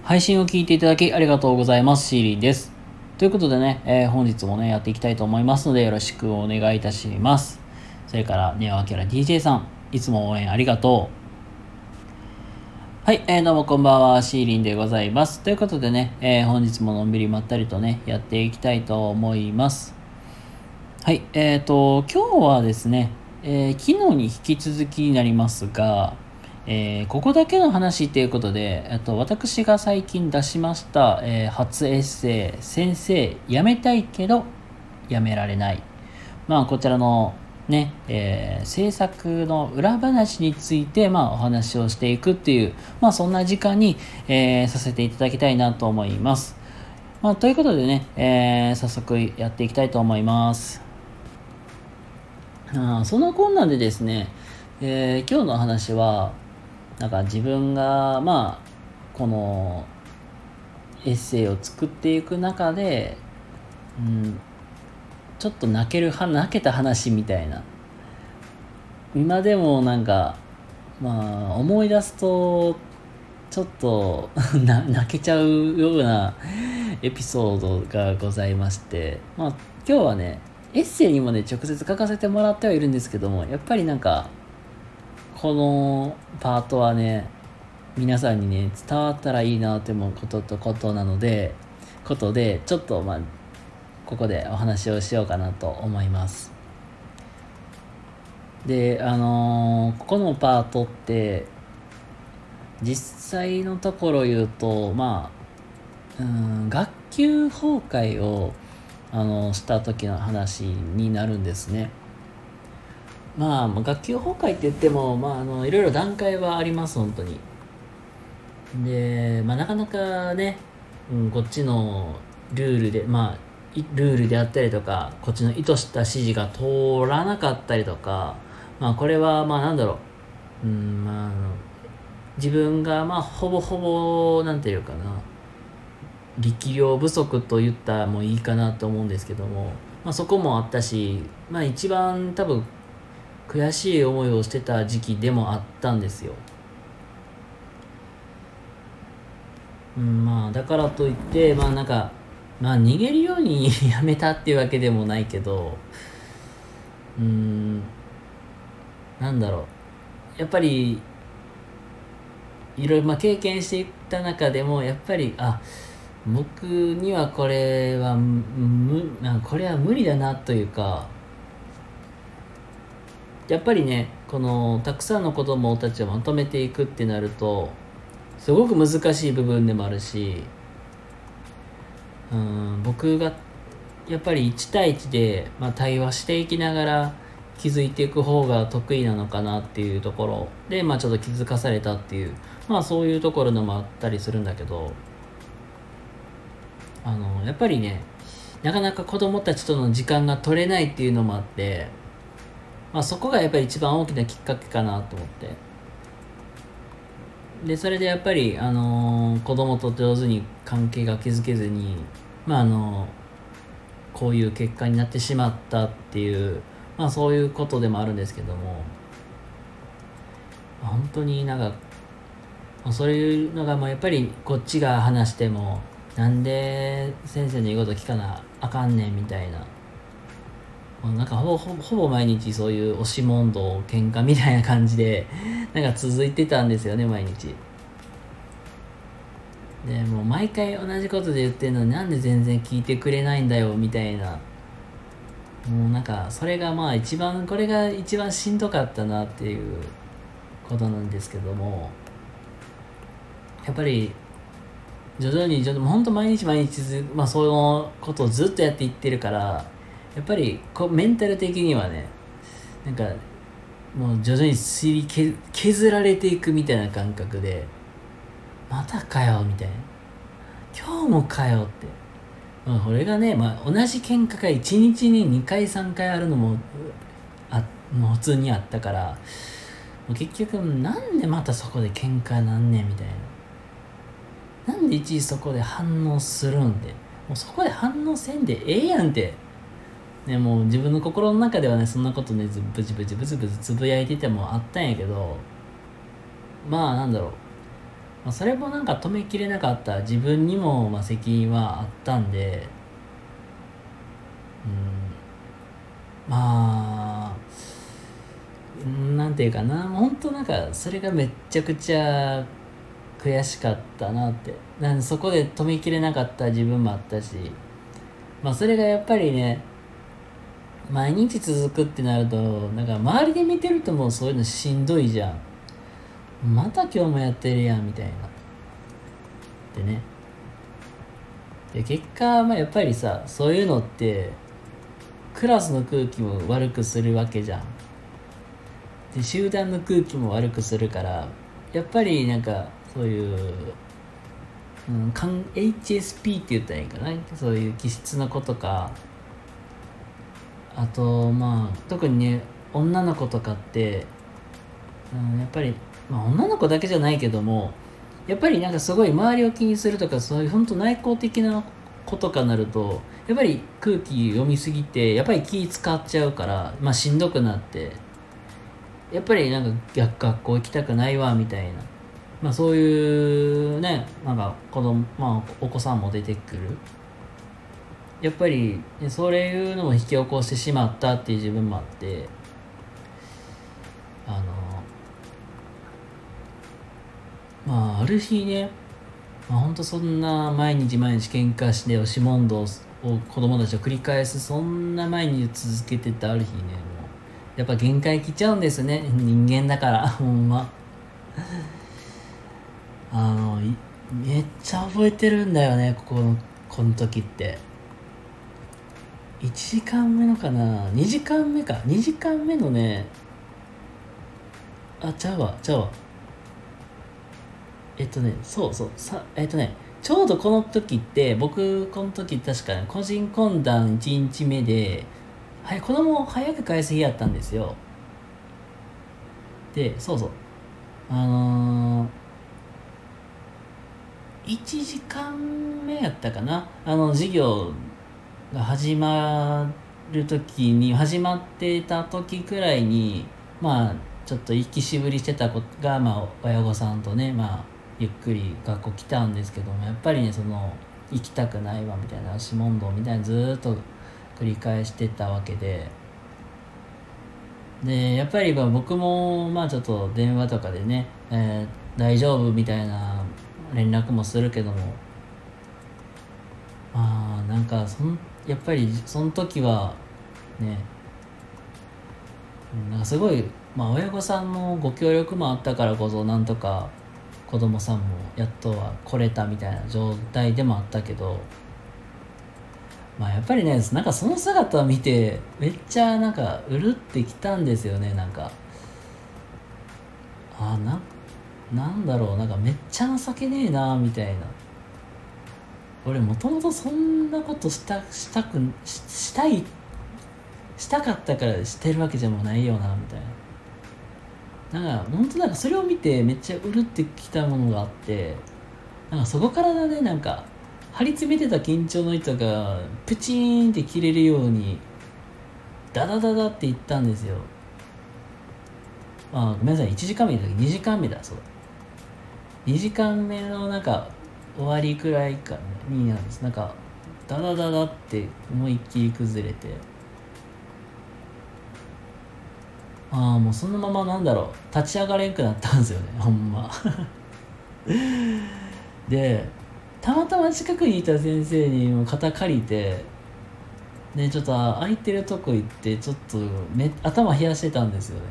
配信を聞いていただきありがとうございます。シーリンです。ということでね、本日もね、やっていきたいと思いますので、よろしくお願いいたします。それから、ネオアキラ DJ さん、いつも応援ありがとう。はい、どうもこんばんは、シーリンでございます。ということでね、本日ものんびりまったりとね、やっていきたいと思います。はい、今日はですね、昨日に引き続きになりますが、ここだけの話ということで、私が最近出しました、初エッセイ、先生、辞めたいけど、辞められない。こちらのね、制作の裏話について、お話をしていくっていう、そんな時間に、させていただきたいなと思います。ということでね、早速やっていきたいと思います。その困難でですね、今日の話は、自分がこのエッセイを作っていく中で、ちょっと泣けた話みたいな、今でも思い出すとちょっと泣けちゃうようなエピソードがございまして、今日はねエッセイにもね直接書かせてもらってはいるんですけども、やっぱりこのパートはね皆さんにね伝わったらいいなと思うことなのでちょっとここでお話をしようかなと思います。でここのパートって実際のところ言うと学級崩壊をした時の話になるんですね。学級崩壊って言ってもいろいろ段階はあります本当に。でなかなかね、こっちのルールでルールであったりとか、こっちの意図した指示が通らなかったりとか、これは自分がほぼほぼなんていうかな、力量不足と言ったらもういいかなと思うんですけども、そこもあったし、一番多分悔しい思いをしてた時期でもあったんですよ。だからといって逃げるようにやめたっていうわけでもないけど、やっぱりいろいろ経験していった中でもやっぱり僕にはこれは無理だなというか、やっぱりねこのたくさんの子供たちをまとめていくってなるとすごく難しい部分でもあるし、僕がやっぱり1対1で、対話していきながら気づいていく方が得意なのかなっていうところで、ちょっと気づかされたっていう、そういうところのもあったりするんだけど、やっぱりねなかなか子供たちとの時間が取れないっていうのもあって、そこがやっぱり一番大きなきっかけかなと思って、でそれでやっぱり、子供と上手に関係が築けずに、こういう結果になってしまったっていう、そういうことでもあるんですけども、本当にそういうのがやっぱりこっちが話してもなんで先生の言うこと聞かなあかんねんみたいな、ほぼ毎日そういう押し問答喧嘩みたいな感じで続いてたんですよね毎日で。もう毎回同じことで言ってるのになんで全然聞いてくれないんだよみたいな、もうそれがこれが一番しんどかったなっていうことなんですけども、やっぱり徐々に本当毎日そのことをずっとやっていってるから、やっぱりメンタル的にはねもう徐々に削られていくみたいな感覚で、またかよみたいな、今日もかよって、これがね、同じ喧嘩が1日に2回3回あるのももう普通にあったから、もう結局なんでまたそこで喧嘩なんねんみたいな、なんでいちいちそこで反応するんで、もうそこで反応せんでええやんってね、もう自分の心の中ではねそんなことねブチブチつぶやいててもあったんやけど、 それもなんか止めきれなかった自分にも責任はあったんで、なんていうかな、本当なんかそれがめっちゃくちゃ悔しかったなって。なんでそこで止めきれなかった自分もあったし、それがやっぱりね、毎日続くってなると、なんか周りで見てるともうそういうのしんどいじゃん。また今日もやってるやんみたいな。でね。で結果、やっぱりさ、そういうのってクラスの空気も悪くするわけじゃん。で集団の空気も悪くするから、やっぱりなんかそういう、HSP って言ったらいいかな、そういう気質の子とか、あと特にね女の子とかって、やっぱり、女の子だけじゃないけども、やっぱりなんかすごい周りを気にするとか、そういう本当内向的な子とかになると、やっぱり空気読みすぎてやっぱり気使っちゃうから、しんどくなって、やっぱりなんか学校行きたくないわみたいな、そういうね、なんかお子さんも出てくる。やっぱり、ね、そういうのも引き起こしてしまったっていう自分もあって、ある日ね、ほんとそんな毎日喧嘩して押し問答を子供たちを繰り返す、そんな毎日続けてたある日ね、もうやっぱ限界来ちゃうんですね、人間だからほんま。めっちゃ覚えてるんだよね、この時って。1時間目のかな、2時間目か、2時間目のね、ちゃうわそうちょうどこの時って、僕この時確か個人懇談1日目で、子供を早く返す日やったんですよ。で1時間目やったかな、授業が始まってた時くらいに、ちょっと行きしぶりしてた子が、親御さんとね、ゆっくり学校来たんですけども、やっぱりね、行きたくないわみたいな、押し問答みたいなずーっと繰り返してたわけで、やっぱり僕もちょっと電話とかでね、大丈夫みたいな連絡もするけども、なんかやっぱりその時はね、なんかすごい、親御さんのご協力もあったからこそ、なんとか子供さんもやっとは来れたみたいな状態でもあったけど、やっぱりね、なんかその姿を見てめっちゃなんかうるってきたんですよね。なんかなんだろう、なんかめっちゃ情けねえなみたいな。俺もともとそんなことしたかったからしてるわけじゃもうないよなみたいな。なんか本当なんかそれを見てめっちゃうるってきたものがあって、なんかそこからだね、なんか張り詰めてた緊張の糸がプチーンって切れるようにダダダダっていったんですよ。ごめんなさい、1時間目だけど2時間目だ、そうだ、2時間目のなんか終わりくらいかになんです。なんかダダダダって思いっきり崩れて、もうそのままなんだろう、立ち上がれんくなったんですよね、ほんまでたまたま近くにいた先生にも肩借りて、でちょっと空いてるとこ行ってちょっと頭冷やしてたんですよ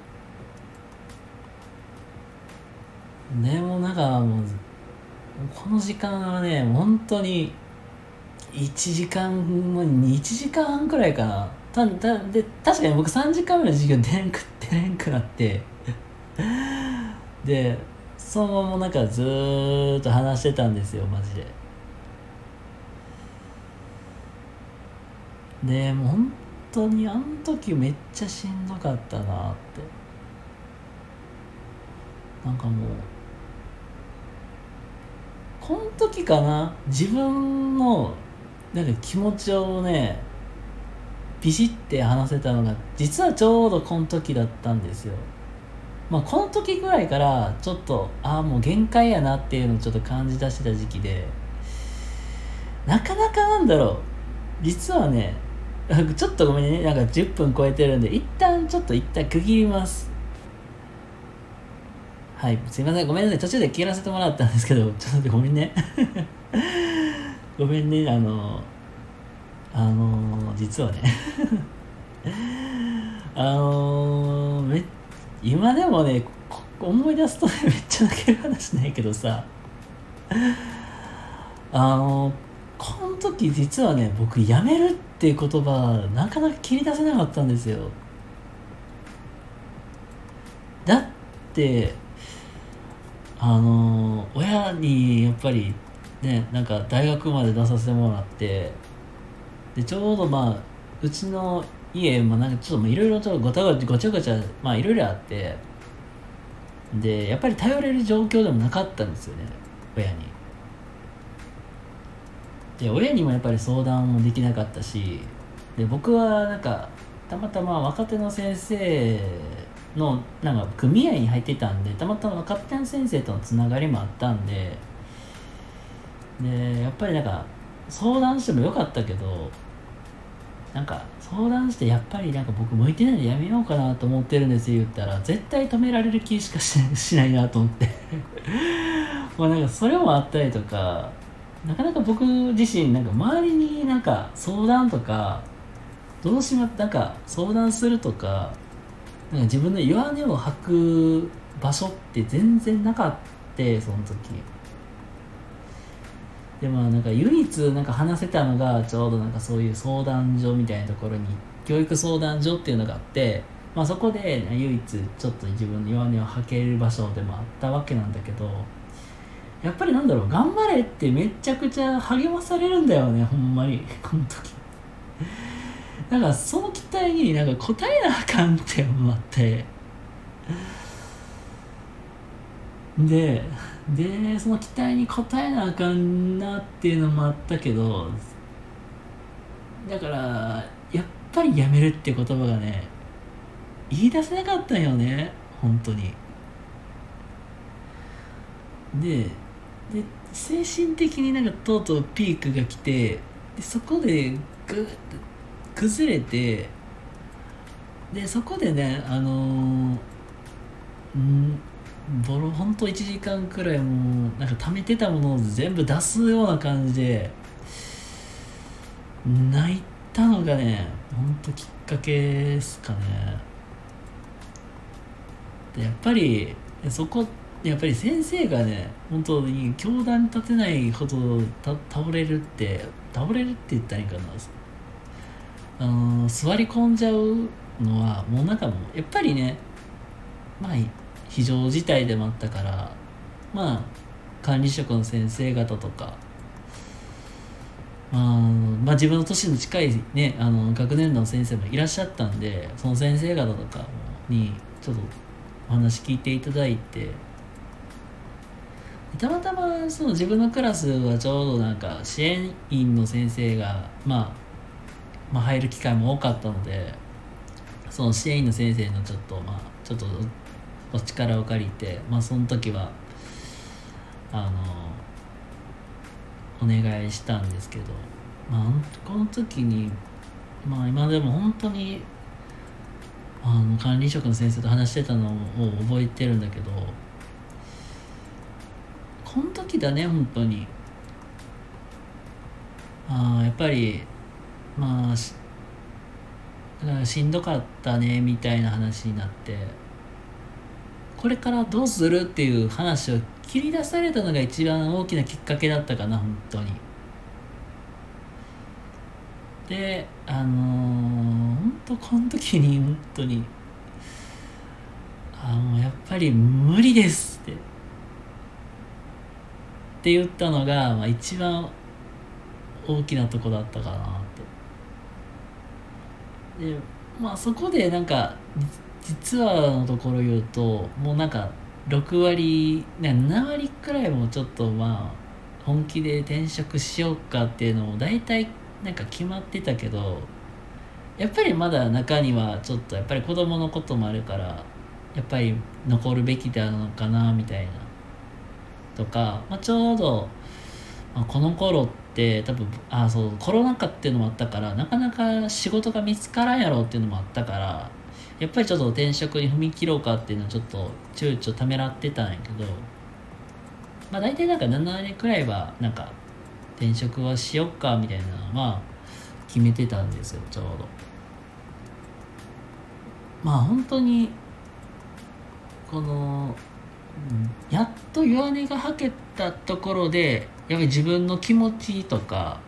ね。でもなんかもうこの時間はね、本当に1時間も1時間半くらいかな。で確かに僕3時間目の授業出れんくなってでそのままなんかずーっと話してたんですよ、マジで。でもう本当にあの時めっちゃしんどかったなって。なんかもうこの時かな、自分のなんか気持ちをねビシッて話せたのが実はちょうどこの時だったんですよ。 この時ぐらいからちょっともう限界やなっていうのをちょっと感じ出してた時期で、なかなかなんだろう、実はね、ちょっとごめんね、なんか10分超えてるんで一旦区切ります。はい、すいません、ごめんなさい、途中で切らせてもらったんですけど、ちょっとごめんねごめんね、実はね今でもね、思い出すとね、めっちゃ泣ける話ないけどさ、この時実はね、僕辞めるっていう言葉なかなか切り出せなかったんですよ。だって親にやっぱりね、なんか大学まで出させてもらって、でちょうどうちの家もなんかちょっといろいろとごちゃごちゃいろいろあって、でやっぱり頼れる状況でもなかったんですよね、親に。で親にもやっぱり相談もできなかったし、で僕はなんかたまたま若手の先生のなんか組合に入ってたんで、たまたま若手の先生とのつながりもあったんで、やっぱりなんか相談してもよかったけど、なんか相談してやっぱりなんか僕向いてないんでやめようかなと思ってるんですよ言ったら、絶対止められる気しかしないなと思ってなんかそれもあったりとか、なかなか僕自身なんか周りになんか相談とかなんか相談するとか、なんか自分の弱音を吐く場所って全然なかった、その時。でなんか唯一なんか話せたのがちょうどなんかそういう相談所みたいなところに、教育相談所っていうのがあって、そこで唯一ちょっと自分の弱音を吐ける場所でもあったわけなんだけど、やっぱりなんだろう、頑張れってめちゃくちゃ励まされるんだよね、ほんまにこの時。だからその期待になんか応えなあかんって思って、でその期待に応えなあかんなっていうのもあったけど、だからやっぱりやめるって言葉がね、言い出せなかったんよね、本当に。で精神的になんかとうとうピークが来て、でそこでグーッと崩れて、でそこでねほんと1時間くらいもうなんか溜めてたものを全部出すような感じで泣いたのがね、ほんときっかけですかね。でやっぱり先生がね、本当に教壇に立てないほど倒れるって言ったらいいかな、座り込んじゃうのはもうなんかもうやっぱりね、非常事態でもあったから、管理職の先生方とか、自分の年の近いね学年度の先生もいらっしゃったんで、その先生方とかにちょっとお話聞いていただいて、たまたまその自分のクラスはちょうどなんか支援員の先生が入る機会も多かったので、その支援員の先生のちょっとお力を借りて、その時はお願いしたんですけど、この時に今でも本当に管理職の先生と話してたのを覚えてるんだけど、この時だね、本当にやっぱりだからしんどかったねみたいな話になって、これからどうするっていう話を切り出されたのが一番大きなきっかけだったかな、本当に。で本当この時に本当にもうやっぱり無理ですって言ったのが、一番大きなとこだったかなって。でそこでなんか実はのところ言うと、もうなんか6割7割くらいもちょっと本気で転職しようかっていうのも大体なんか決まってたけど、やっぱりまだ中にはちょっとやっぱり子供のこともあるから、 やっぱり残るべきなのかなみたいなとか、ちょうど、この頃って多分そうコロナ禍っていうのもあったからなかなか仕事が見つからんやろっていうのもあったからやっぱりちょっと転職に踏み切ろうかっていうのをちょっと躊躇ためらってたんやけど、大体なんか7割くらいはなんか転職はしよっかみたいなのは決めてたんですよちょうど。本当にこのやっと弱音が吐けたところでやっぱり自分の気持ちとか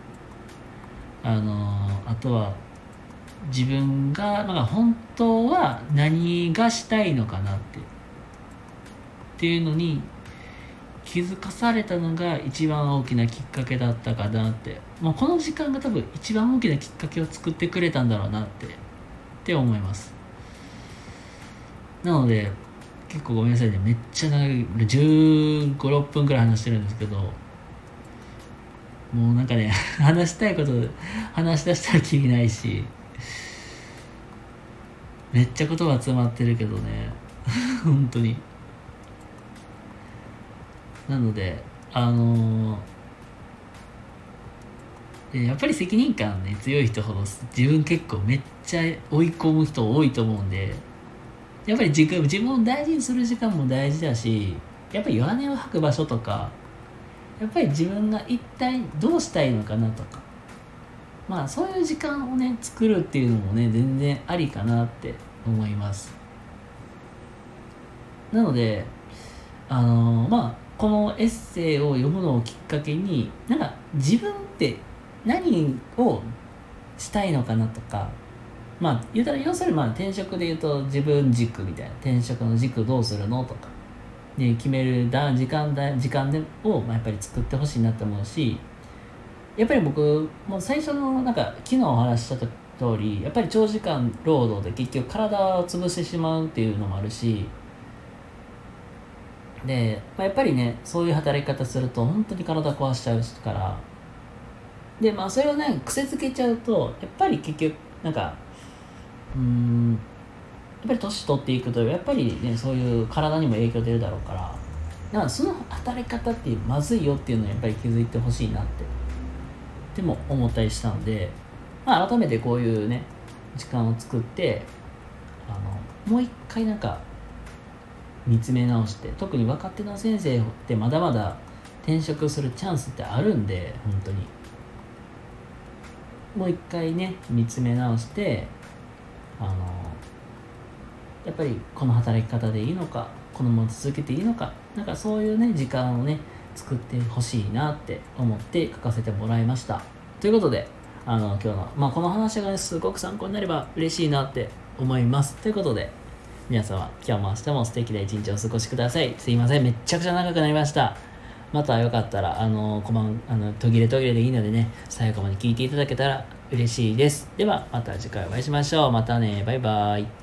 あとは自分が本当は何がしたいのかなっていうのに気づかされたのが一番大きなきっかけだったかなって、この時間が多分一番大きなきっかけを作ってくれたんだろうなって思います。なので結構ごめんなさいね、めっちゃ長い15、6分くらい話してるんですけど、もうなんかね話したいこと話し出したらきりないし、めっちゃ言葉詰まってるけどね本当に。なのでやっぱり責任感ね強い人ほど自分結構めっちゃ追い込む人多いと思うんで、やっぱり自分を大事にする時間も大事だし、やっぱり弱音を吐く場所とか、やっぱり自分が一体どうしたいのかなとか、そういう時間をね作るっていうのもね全然ありかなって思います。なのでこのエッセイを読むのをきっかけになんか自分って何をしたいのかなとか、言うたら要するに転職で言うと自分軸みたいな、転職の軸どうするのとか、ね、決める時間をやっぱり作ってほしいなって思うし、やっぱり僕もう最初の昨日お話しした通りやっぱり長時間労働で結局体を潰してしまうっていうのもあるしで、やっぱりねそういう働き方すると本当に体壊しちゃうからで、それをね癖づけちゃうとやっぱり結局やっぱり年取っていくとやっぱりねそういう体にも影響出るだろうから、だからその働き方ってまずいよっていうのをやっぱり気づいてほしいなってでも思ったりしたので、改めてこういうね時間を作ってもう一回見つめ直して、特に若手の先生ってまだまだ転職するチャンスってあるんで、本当にもう一回ね見つめ直してやっぱりこの働き方でいいのか、このまま続けていいのか、そういうね時間をね作ってほしいなって思って書かせてもらいました。ということで今日の、この話がねすごく参考になれば嬉しいなって思います。ということで皆様今日も明日も素敵な一日をお過ごしください。すいません、めっちゃくちゃ長くなりました。またよかったら途切れでいいのでね最後まで聞いていただけたら嬉しいです。ではまた次回お会いしましょう。またね、バイバイ。